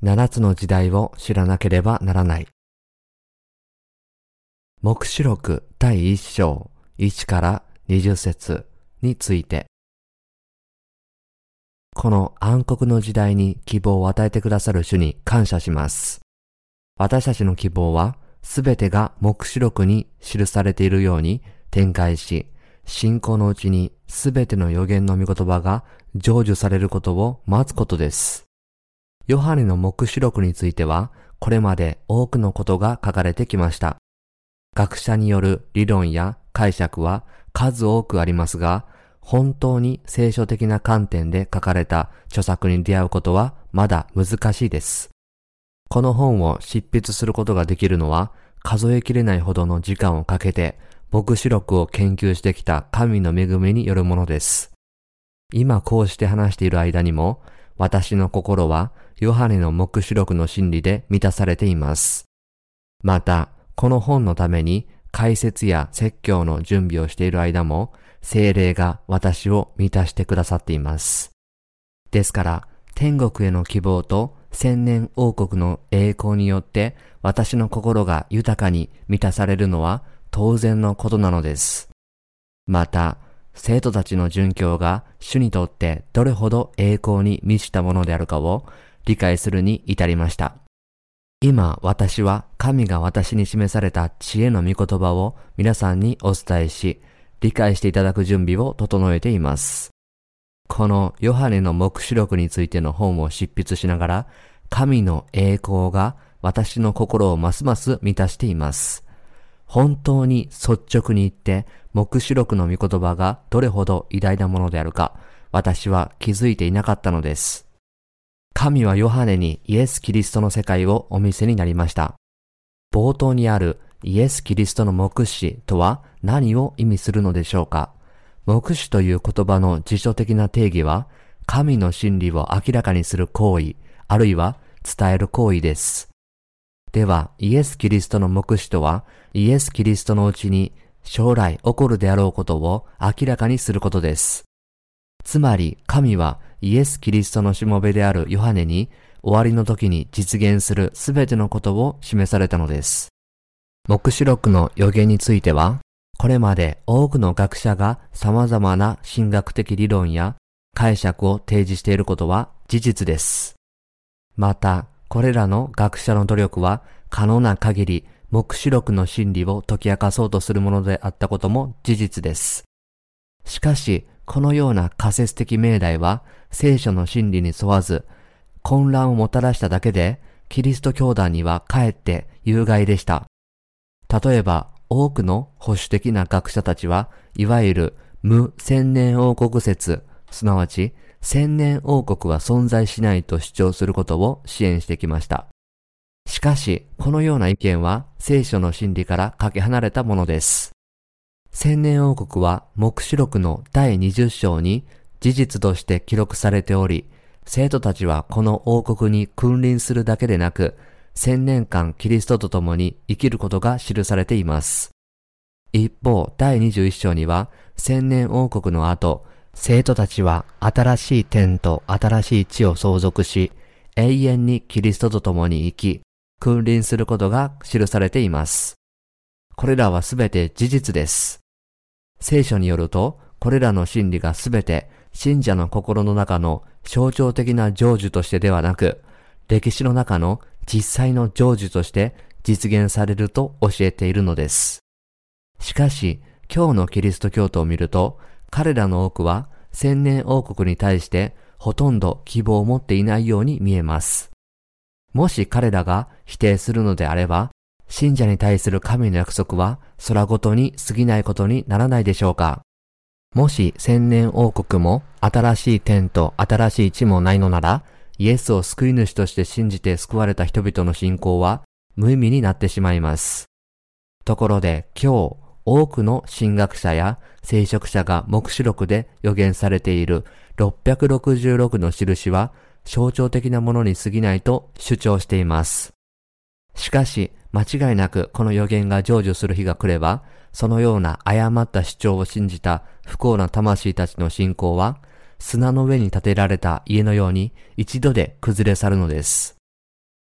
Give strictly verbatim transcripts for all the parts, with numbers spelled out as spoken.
七つの時代を知らなければならない。黙示録第一章いちからにじゅっ節について。この暗黒の時代に希望を与えてくださる主に感謝します。私たちの希望はすべてが黙示録に記されているように展開し、信仰のうちにすべての預言の御言葉が成就されることを待つことです。ヨハネの黙示録については、これまで多くのことが書かれてきました。学者による理論や解釈は数多くありますが、本当に聖書的な観点で書かれた著作に出会うことはまだ難しいです。この本を執筆することができるのは、数えきれないほどの時間をかけて、黙示録を研究してきた神の恵みによるものです。今こうして話している間にも、私の心はヨハネの黙示録の真理で満たされています。また、この本のために解説や説教の準備をしている間も、聖霊が私を満たしてくださっています。ですから、天国への希望と千年王国の栄光によって私の心が豊かに満たされるのは当然のことなのです。また、生徒たちの殉教が主にとってどれほど栄光に満ちたものであるかを理解するに至りました。今私は神が私に示された知恵の御言葉を皆さんにお伝えし、理解していただく準備を整えています。このヨハネの黙示録についての本を執筆しながら、神の栄光が私の心をますます満たしています。本当に率直に言って、黙示録の御言葉がどれほど偉大なものであるか、私は気づいていなかったのです。神はヨハネにイエス・キリストの世界をお見せになりました。冒頭にあるイエス・キリストの黙示とは何を意味するのでしょうか。黙示という言葉の辞書的な定義は、神の真理を明らかにする行為、あるいは伝える行為です。では、イエス・キリストの黙示とは、イエス・キリストのうちに将来起こるであろうことを明らかにすることです。つまり、神はイエス・キリストのしもべであるヨハネに、終わりの時に実現するすべてのことを示されたのです。黙示録の予言については、これまで多くの学者が様々な神学的理論や解釈を提示していることは事実です。また、これらの学者の努力は可能な限り黙示録の真理を解き明かそうとするものであったことも事実です。しかし、このような仮説的命題は聖書の真理に沿わず、混乱をもたらしただけで、キリスト教団にはかえって有害でした。例えば、多くの保守的な学者たちは、いわゆる無千年王国説、すなわち千年王国は存在しないと主張することを支援してきました。しかし、このような意見は聖書の真理からかけ離れたものです。千年王国は黙示録の第にじゅっ章に事実として記録されており、生徒たちはこの王国に君臨するだけでなく、千年間キリストと共に生きることが記されています。一方、第にじゅういち章には、千年王国の後、生徒たちは新しい天と新しい地を相続し、永遠にキリストと共に生き、君臨することが記されています。これらはすべて事実です。聖書によると、これらの真理がすべて信者の心の中の象徴的な成就としてではなく、歴史の中の実際の成就として実現されると教えているのです。しかし、今日のキリスト教徒を見ると、彼らの多くは千年王国に対してほとんど希望を持っていないように見えます。もし彼らが否定するのであれば、信者に対する神の約束は空ごとに過ぎないことにならないでしょうか。もし千年王国も新しい天と新しい地もないのなら、イエスを救い主として信じて救われた人々の信仰は無意味になってしまいます。ところで今日、多くの神学者や聖職者が黙示録で予言されているろっぴゃくろくじゅうろくの印は象徴的なものに過ぎないと主張しています。しかし、間違いなくこの予言が成就する日が来れば、そのような誤った主張を信じた不幸な魂たちの信仰は、砂の上に建てられた家のように一度で崩れ去るのです。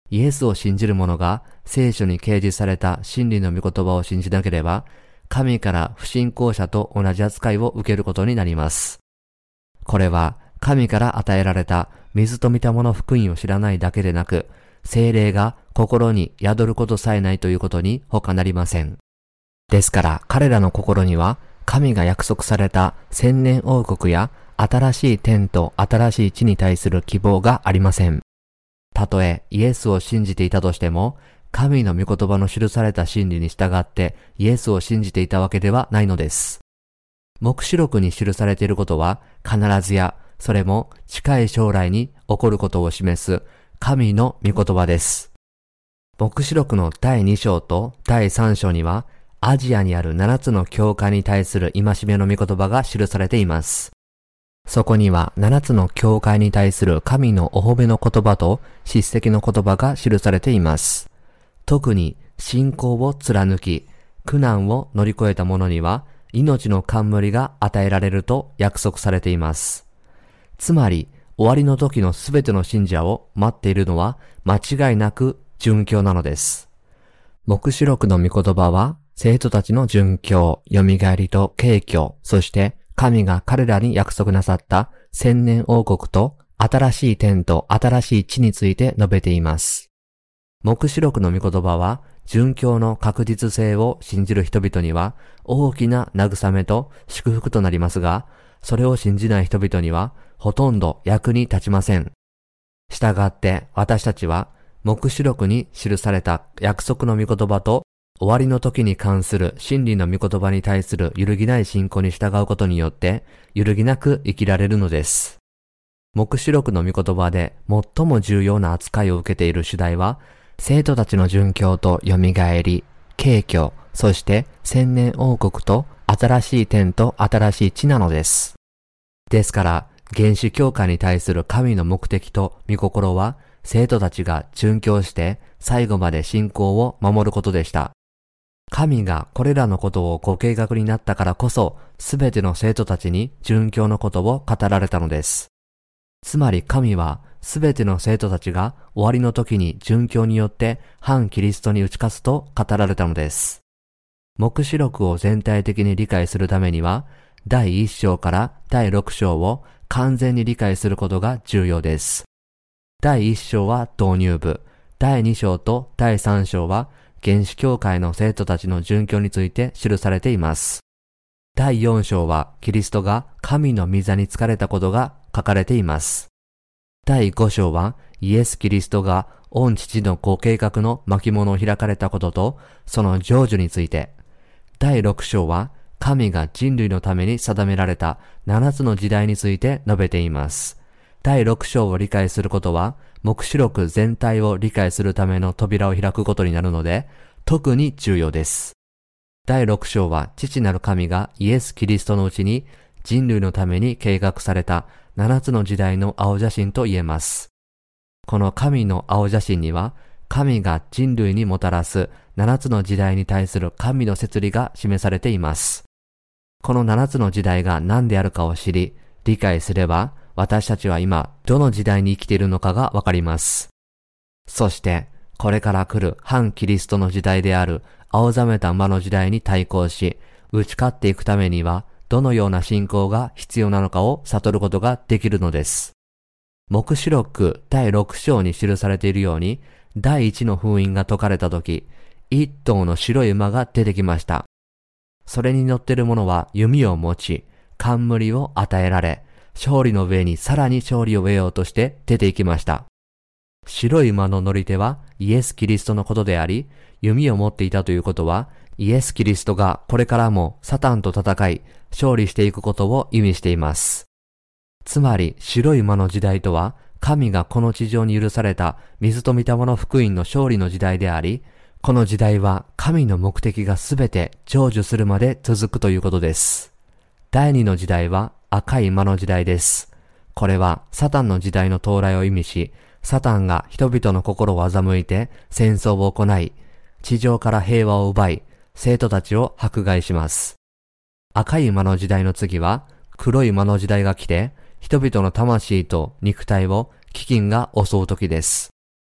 イエスを信じる者が聖書に掲示された真理の御言葉を信じなければ、神から不信仰者と同じ扱いを受けることになります。これは神から与えられた水と御霊の福音を知らないだけでなく、聖霊が心に宿ることさえないということに他なりません。ですから彼らの心には神が約束された千年王国や新しい天と新しい地に対する希望がありません。たとえイエスを信じていたとしても、神の御言葉の記された真理に従ってイエスを信じていたわけではないのです。黙示録に記されていることは必ずや、それも近い将来に起こることを示す神の御言葉です。黙示録のだいに章とだいさん章には、アジアにあるななつの教会に対する戒めの御言葉が記されています。そこにはななつの教会に対する神のお褒めの言葉と叱責の言葉が記されています。特に信仰を貫き、苦難を乗り越えた者には命の冠が与えられると約束されています。つまり終わりの時のすべての信者を待っているのは間違いなく殉教なのです。黙示録の御言葉は生徒たちの殉教、蘇りと敬虚、そして神が彼らに約束なさった千年王国と新しい天と新しい地について述べています。黙示録の御言葉は殉教の確実性を信じる人々には大きな慰めと祝福となりますが、それを信じない人々にはほとんど役に立ちません。したがって私たちは黙示録に記された約束の御言葉と終わりの時に関する真理の御言葉に対する揺るぎない信仰に従うことによって揺るぎなく生きられるのです。黙示録の御言葉で最も重要な扱いを受けている主題は生徒たちの殉教と蘇り、敬虚、そして千年王国と新しい天と新しい地なのです。ですから原始教会に対する神の目的と御心は生徒たちが殉教して最後まで信仰を守ることでした。神がこれらのことをご計画になったからこそ、すべての生徒たちに殉教のことを語られたのです。つまり神は、すべての生徒たちが終わりの時に殉教によって反キリストに打ち勝つと語られたのです。黙示録を全体的に理解するためには、だいいっ章からだいろく章を完全に理解することが重要です。だいいっ章は導入部、だいに章とだいさん章は原始教会の生徒たちの殉教について記されています。だいよん章はキリストが神の御座に就かれたことが書かれています。だいご章はイエス・キリストが御父のご計画の巻物を開かれたこととその成就について。だいろく章は神が人類のために定められたななつの時代について述べています。だいろく章を理解することは黙示録全体を理解するための扉を開くことになるので特に重要です。だいろく章は父なる神がイエス・キリストのうちに人類のために計画されたななつの時代の青写真と言えます。この神の青写真には神が人類にもたらすななつの時代に対する神の摂理が示されています。このななつの時代が何であるかを知り理解すれば私たちは今どの時代に生きているのかがわかります。そしてこれから来る反キリストの時代である青ざめた馬の時代に対抗し打ち勝っていくためにはどのような信仰が必要なのかを悟ることができるのです。黙示録だいろく章に記されているようにだいいちの封印が解かれたとき一頭の白い馬が出てきました。それに乗っている者は弓を持ち冠を与えられ勝利の上にさらに勝利を得ようとして出て行きました。白い馬の乗り手はイエス・キリストのことであり、弓を持っていたということは、イエス・キリストがこれからもサタンと戦い、勝利していくことを意味しています。つまり白い馬の時代とは、神がこの地上に許された水と御霊の福音の勝利の時代であり、この時代は神の目的がすべて成就するまで続くということです。第二の時代は赤い馬の時代です。これはサタンの時代の到来を意味し、サタンが人々の心を欺いて戦争を行い、地上から平和を奪い、生徒たちを迫害します。赤い馬の時代の次は黒い馬の時代が来て、人々の魂と肉体を飢饉が襲う時です。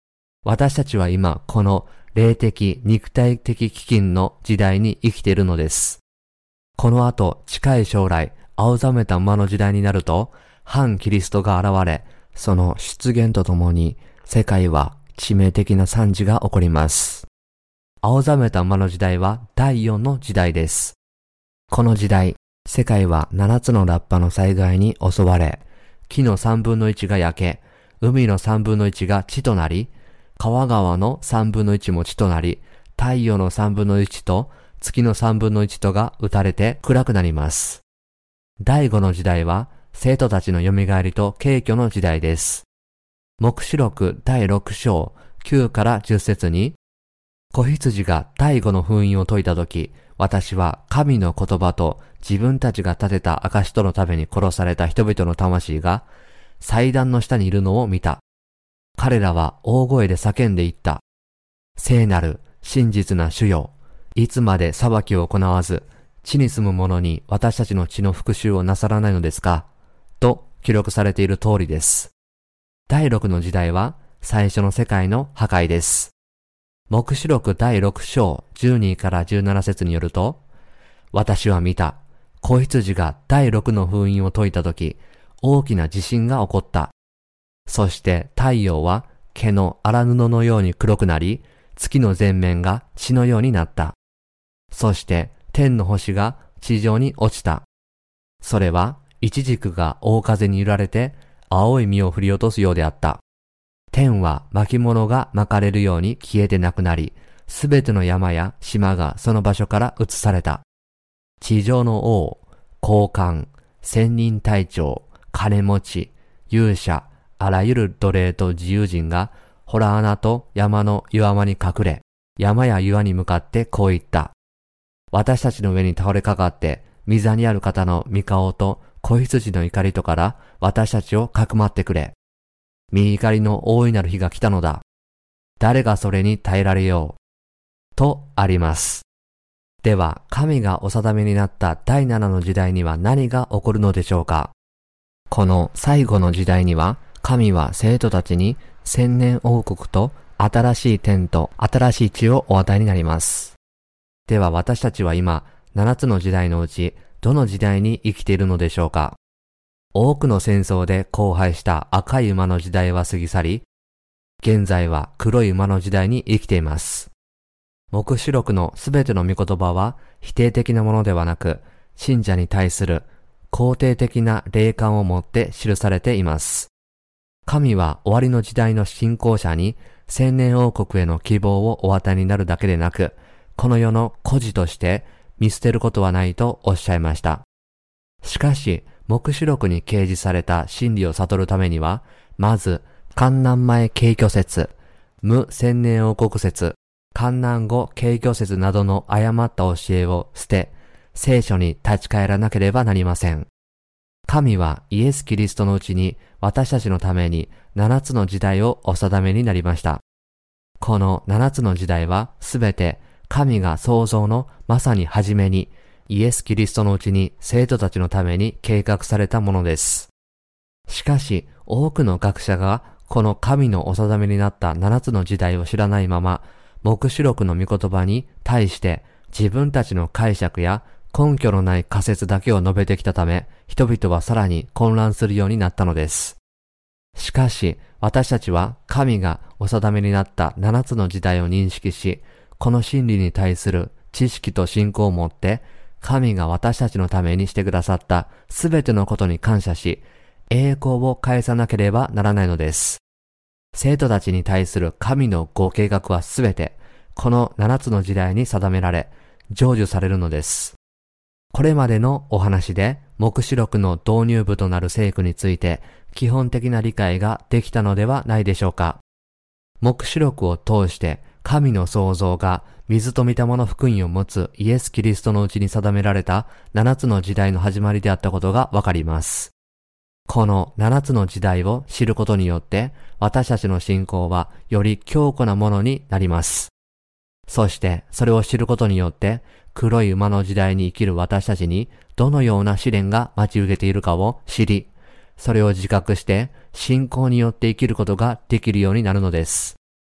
私たちは今この霊的肉体的飢饉の時代に生きているのです。この後近い将来青ざめた馬の時代になると反キリストが現れ、その出現とともに世界は致命的な惨事が起こります。青ざめた馬の時代はだいよんの時代です。この時代、世界はななつのラッパの災害に襲われ、木のさんぶんのいちが焼け、海のさんぶんのいちが地となり、川川のさんぶんのいちも地となり、太陽のさんぶんのいちと月のさんぶんのいちとが打たれて暗くなります。だいごの時代は生徒たちの蘇りと敬虚の時代です。黙示録だいろく章きゅうからじゅっ節に、子羊が第五の封印を解いたとき、私は神の言葉と自分たちが立てた証とのために殺された人々の魂が祭壇の下にいるのを見た。彼らは大声で叫んでいった。聖なる真実な主よ、いつまで裁きを行わず、地に住む者に私たちの血の復讐をなさらないのですかと記録されている通りです。だいろくの時代は最初の世界の破壊です。黙示録だいろく章じゅうにからじゅうなな節によると、私は見た。子羊がだいろくの封印を解いたとき、大きな地震が起こった。そして太陽は毛の荒布のように黒くなり、月の全面が血のようになった。そして天の星が地上に落ちた。それはイチジクが大風に揺られて青い実を振り落とすようであった。天は巻物が巻かれるように消えてなくなり、すべての山や島がその場所から移された。地上の王、高官、千人隊長、金持ち、勇者、あらゆる奴隷と自由人が、洞穴と山の岩間に隠れ、山や岩に向かってこう言った。私たちの上に倒れかかって、御座にある方の御顔と子羊の怒りとから私たちをかくまってくれ。御怒りの大いなる日が来たのだ。誰がそれに耐えられよう。とあります。では、神がお定めになっただいななの時代には何が起こるのでしょうか。この最後の時代には、神は生徒たちに千年王国と新しい天と新しい地をお与えになります。では私たちは今、ななつの時代のうち、どの時代に生きているのでしょうか。多くの戦争で荒廃した赤い馬の時代は過ぎ去り、現在は黒い馬の時代に生きています。黙示録のすべての御言葉は否定的なものではなく、信者に対する肯定的な霊感を持って記されています。神は終わりの時代の信仰者に千年王国への希望をお与えになるだけでなく、この世の孤児として見捨てることはないとおっしゃいました。しかし、黙示録に掲示された真理を悟るためには、まず、観難前景挙説、無千年王国説、観難後景挙説などの誤った教えを捨て、聖書に立ち返らなければなりません。神はイエス・キリストのうちに私たちのために七つの時代をお定めになりました。この七つの時代はすべて神が創造のまさに初めにイエス・キリストのうちに生徒たちのために計画されたものです。しかし多くの学者がこの神のお定めになった七つの時代を知らないまま、黙示録の御言葉に対して自分たちの解釈や根拠のない仮説だけを述べてきたため、人々はさらに混乱するようになったのです。しかし、私たちは神がお定めになった七つの時代を認識し、この真理に対する知識と信仰を持って、神が私たちのためにしてくださったすべてのことに感謝し、栄光を返さなければならないのです。生徒たちに対する神のご計画はすべて、この七つの時代に定められ、成就されるのです。これまでのお話で、黙示録の導入部となる聖句について、基本的な理解ができたのではないでしょうか。黙示録を通して、神の創造が水と御霊の福音を持つイエス・キリストのうちに定められた七つの時代の始まりであったことがわかります。この七つの時代を知ることによって、私たちの信仰はより強固なものになります。そして、それを知ることによって、黒い馬の時代に生きる私たちにどのような試練が待ち受けているかを知り、それを自覚して信仰によって生きることができるようになるのです。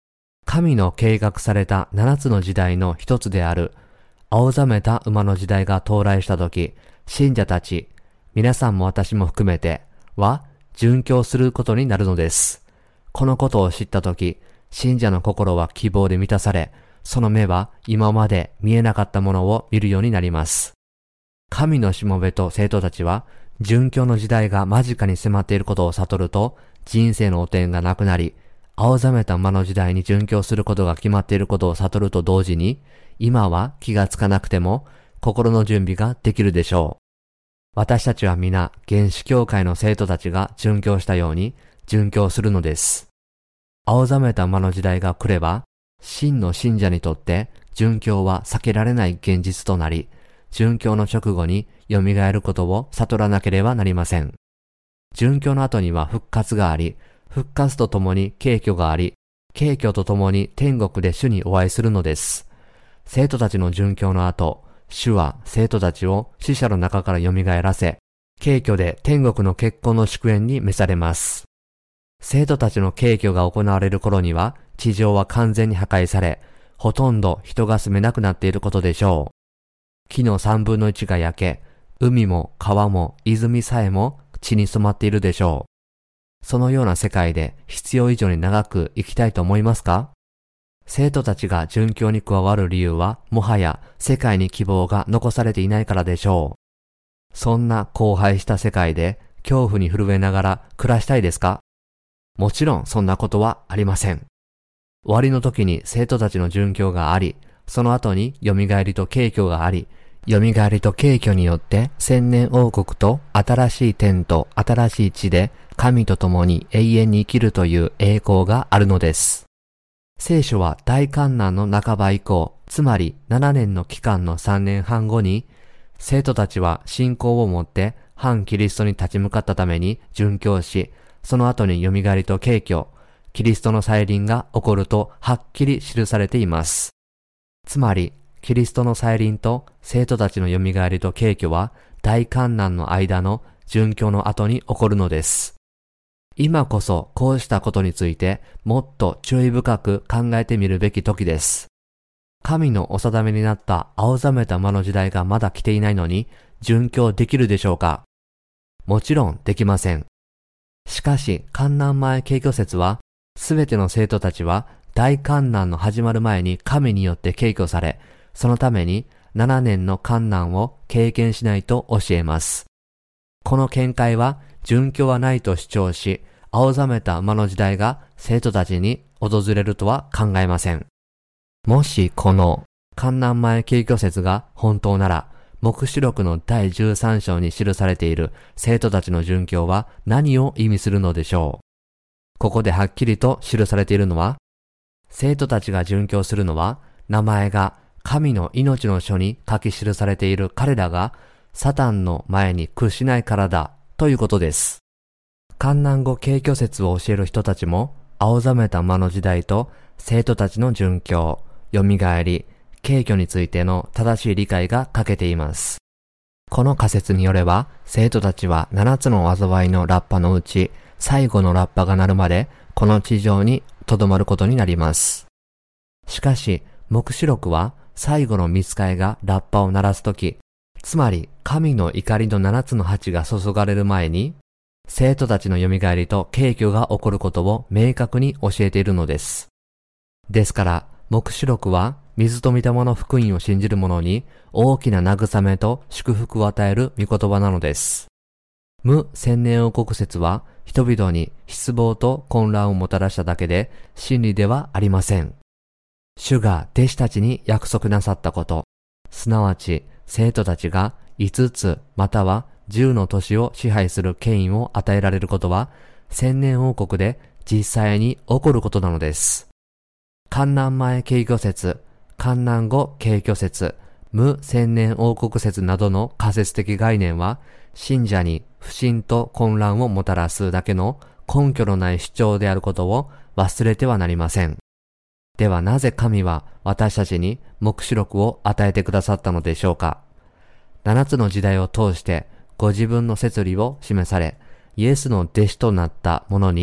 神の計画された七つの時代の一つである青ざめた馬の時代が到来したとき、信者たち、皆さんも私も含めては殉教することになるのです。このことを知ったとき、信者の心は希望で満たされ、その目は今まで見えなかったものを見るようになります。神のしもべと生徒たちは、殉教の時代が間近に迫っていることを悟ると、人生の汚点がなくなり、青ざめた馬の時代に殉教することが決まっていることを悟ると同時に、今は気がつかなくても、心の準備ができるでしょう。私たちは皆、原始教会の生徒たちが殉教したように、殉教するのです。青ざめた馬の時代が来れば、真の信者にとって殉教は避けられない現実となり、殉教の直後に蘇ることを悟らなければなりません。殉教の後には復活があり、復活とともに敬虚があり、敬虚とともに天国で主にお会いするのです。生徒たちの殉教の後、主は生徒たちを死者の中から蘇らせ、敬虚で天国の結婚の祝宴に召されます。生徒たちの敬虚が行われる頃には、地上は完全に破壊され、ほとんど人が住めなくなっていることでしょう。木の三分の一が焼け、海も川も泉さえも血に染まっているでしょう。そのような世界で必要以上に長く生きたいと思いますか？生徒たちが殉教に加わる理由は、もはや世界に希望が残されていないからでしょう。そんな荒廃した世界で恐怖に震えながら暮らしたいですか？もちろんそんなことはありません。終わりの時に生徒たちの殉教があり、その後に蘇りと敬虚があり、蘇りと敬虚によって千年王国と新しい天と新しい地で神と共に永遠に生きるという栄光があるのです。聖書は大観難の半ば以降、つまりななねんの期間のさんねんはん後に、生徒たちは信仰をもって反キリストに立ち向かったために殉教し、その後に蘇りと敬虚、キリストの再臨が起こるとはっきり記されています。つまり、キリストの再臨と生徒たちの蘇りと敬虚は大観難の間の殉教の後に起こるのです。今こそこうしたことについてもっと注意深く考えてみるべき時です。神のお定めになった青ざめた馬の時代がまだ来ていないのに殉教できるでしょうか？もちろんできません。しかし、観難前敬虚説は、すべての生徒たちは大観難の始まる前に神によって敬虚され、そのためにななねんの観難を経験しないと教えます。この見解は殉教はないと主張し、青ざめた馬の時代が生徒たちに訪れるとは考えません。もしこの観難前敬虚説が本当なら、黙示録のだいじゅうさん章に記されている生徒たちの殉教は何を意味するのでしょう。ここではっきりと記されているのは、生徒たちが殉教するのは、名前が神の命の書に書き記されている彼らがサタンの前に屈しないからだということです。観難後敬虚説を教える人たちも、青ざめた馬の時代と生徒たちの殉教、蘇り、敬虚についての正しい理解が欠けています。この仮説によれば、生徒たちは七つの災いのラッパのうち、最後のラッパが鳴るまで、この地上に留まることになります。しかし、黙示録は最後の御使いがラッパを鳴らすとき、つまり神の怒りの七つの鉢が注がれる前に、生徒たちの蘇りと敬虚が起こることを明確に教えているのです。ですから、黙示録は水と御霊の福音を信じる者に大きな慰めと祝福を与える御言葉なのです。無千年王国説は人々に失望と混乱をもたらしただけで真理ではありません。主が弟子たちに約束なさったこと、すなわち生徒たちが五つまたは十の都市を支配する権威を与えられることは千年王国で実際に起こることなのです。観難前敬虚説、観難後敬虚説、無千年王国説などの仮説的概念は信者に不信と混乱をもたらすだけの根拠のない主張であることを忘れてはなりません。ではなぜ神は私たちに黙示録を与えてくださったのでしょうか。七つの時代を通してご自分の摂理を示され、イエスの弟子となった者に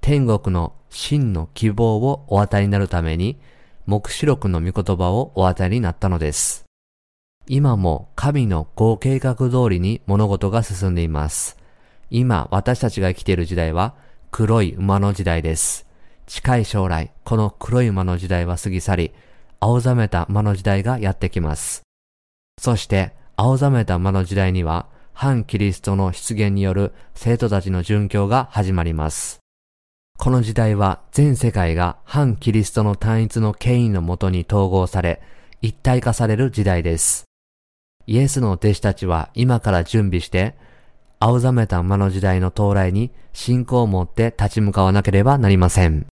天国の真の希望をお与えになるために、黙示録の御言葉をお与えになったのです。今も神のご計画通りに物事が進んでいます。今私たちが生きている時代は黒い馬の時代です。近い将来、この黒い馬の時代は過ぎ去り、青ざめた馬の時代がやってきます。そして青ざめた馬の時代には、反キリストの出現による生徒たちの殉教が始まります。この時代は全世界が反キリストの単一の権威のもとに統合され、一体化される時代です。イエスの弟子たちは今から準備して、青ざめた馬の時代の到来に信仰を持って立ち向かわなければなりません。